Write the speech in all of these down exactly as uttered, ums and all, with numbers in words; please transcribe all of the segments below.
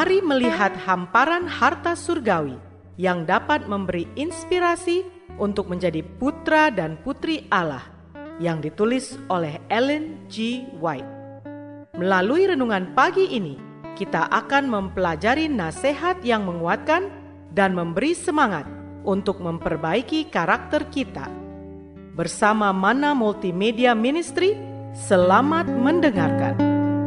Mari melihat hamparan harta surgawi yang dapat memberi inspirasi untuk menjadi putra dan putri Allah, yang ditulis oleh Ellen G. White. Melalui renungan pagi ini, kita akan mempelajari nasihat yang menguatkan dan memberi semangat untuk memperbaiki karakter kita. Bersama Mana Multimedia Ministry, selamat mendengarkan.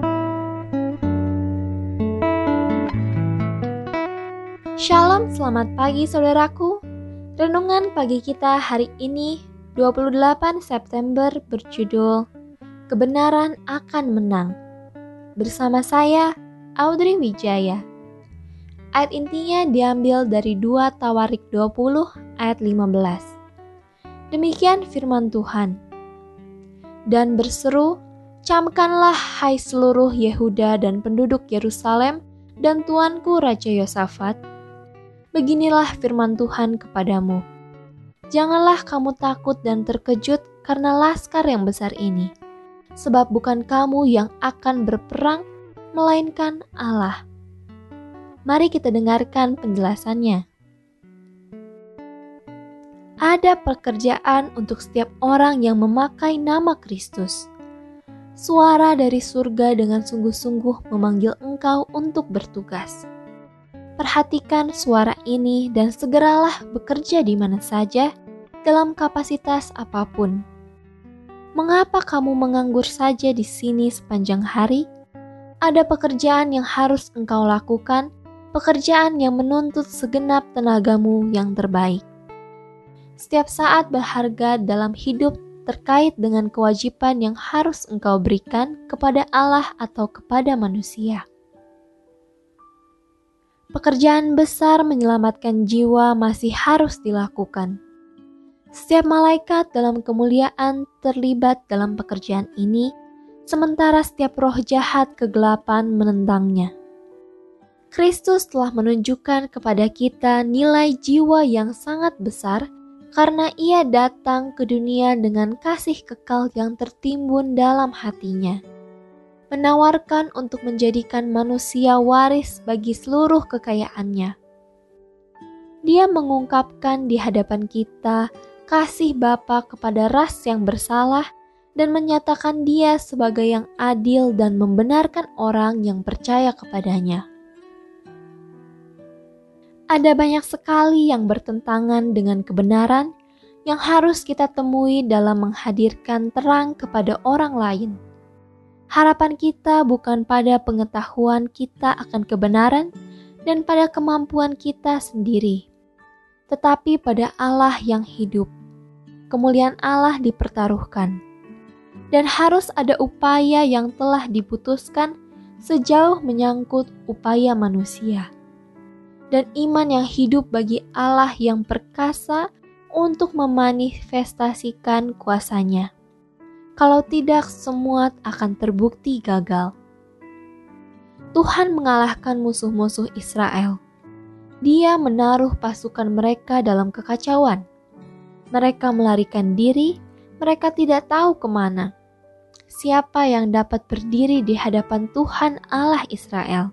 Shalom, selamat pagi saudaraku. Renungan pagi kita hari ini dua puluh delapan September berjudul Kebenaran Akan Menang. Bersama saya, Audrey Wijaya. Ayat intinya diambil dari dua Tawarik dua puluh ayat lima belas. Demikian firman Tuhan. Dan berseru, camkanlah hai seluruh Yehuda dan penduduk Yerusalem dan tuanku Raja Yosafat. Beginilah firman Tuhan kepadamu. Janganlah kamu takut dan terkejut karena laskar yang besar ini. Sebab bukan kamu yang akan berperang, melainkan Allah. Mari kita dengarkan penjelasannya. Ada pekerjaan untuk setiap orang yang memakai nama Kristus. Suara dari surga dengan sungguh-sungguh memanggil engkau untuk bertugas. Perhatikan suara ini dan segeralah bekerja di mana saja, dalam kapasitas apapun. Mengapa kamu menganggur saja di sini sepanjang hari? Ada pekerjaan yang harus engkau lakukan, pekerjaan yang menuntut segenap tenagamu yang terbaik. Setiap saat berharga dalam hidup terkait dengan kewajiban yang harus engkau berikan kepada Allah atau kepada manusia. Pekerjaan besar menyelamatkan jiwa masih harus dilakukan. Setiap malaikat dalam kemuliaan terlibat dalam pekerjaan ini, sementara setiap roh jahat kegelapan menentangnya. Kristus telah menunjukkan kepada kita nilai jiwa yang sangat besar karena Ia datang ke dunia dengan kasih kekal yang tertimbun dalam hatinya, menawarkan untuk menjadikan manusia waris bagi seluruh kekayaannya. Dia mengungkapkan di hadapan kita kasih Bapa kepada ras yang bersalah dan menyatakan Dia sebagai yang adil dan membenarkan orang yang percaya kepadanya. Ada banyak sekali yang bertentangan dengan kebenaran yang harus kita temui dalam menghadirkan terang kepada orang lain. Harapan kita bukan pada pengetahuan kita akan kebenaran dan pada kemampuan kita sendiri, tetapi pada Allah yang hidup. Kemuliaan Allah dipertaruhkan, dan harus ada upaya yang telah diputuskan sejauh menyangkut upaya manusia, dan iman yang hidup bagi Allah yang perkasa untuk memanifestasikan kuasanya. Kalau tidak, semua akan terbukti gagal. Tuhan mengalahkan musuh-musuh Israel. Dia menaruh pasukan mereka dalam kekacauan. Mereka melarikan diri, mereka tidak tahu kemana. Siapa yang dapat berdiri di hadapan Tuhan Allah Israel?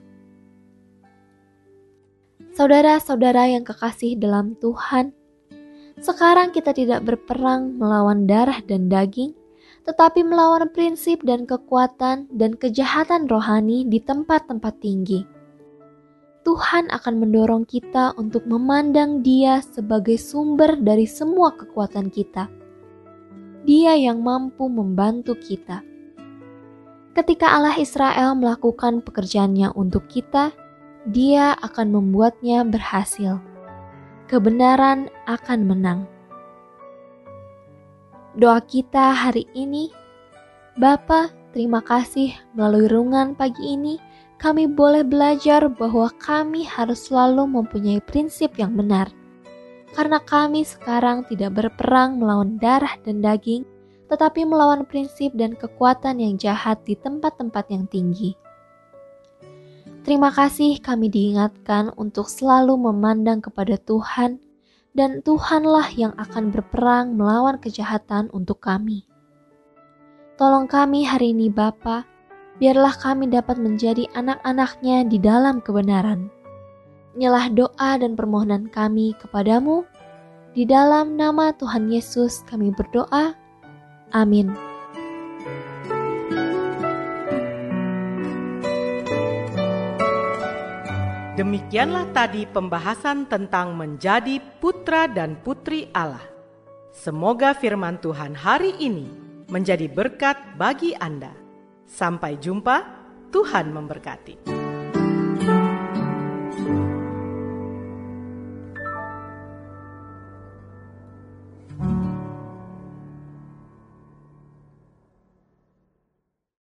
Saudara-saudara yang kekasih dalam Tuhan, sekarang kita tidak berperang melawan darah dan daging, tetapi melawan prinsip dan kekuatan dan kejahatan rohani di tempat-tempat tinggi. Tuhan akan mendorong kita untuk memandang Dia sebagai sumber dari semua kekuatan kita. Dia yang mampu membantu kita. Ketika Allah Israel melakukan pekerjaannya untuk kita, Dia akan membuatnya berhasil. Kebenaran akan menang. Doa kita hari ini, Bapa, terima kasih melalui renungan pagi ini kami boleh belajar bahwa kami harus selalu mempunyai prinsip yang benar. Karena kami sekarang tidak berperang melawan darah dan daging, tetapi melawan prinsip dan kekuatan yang jahat di tempat-tempat yang tinggi. Terima kasih kami diingatkan untuk selalu memandang kepada Tuhan, dan Tuhanlah yang akan berperang melawan kejahatan untuk kami. Tolong kami hari ini Bapa, biarlah kami dapat menjadi anak-anak-Nya di dalam kebenaran. Inilah doa dan permohonan kami kepadamu, di dalam nama Tuhan Yesus kami berdoa. Amin. Demikianlah tadi pembahasan tentang menjadi putra dan putri Allah. Semoga firman Tuhan hari ini menjadi berkat bagi Anda. Sampai jumpa, Tuhan memberkati.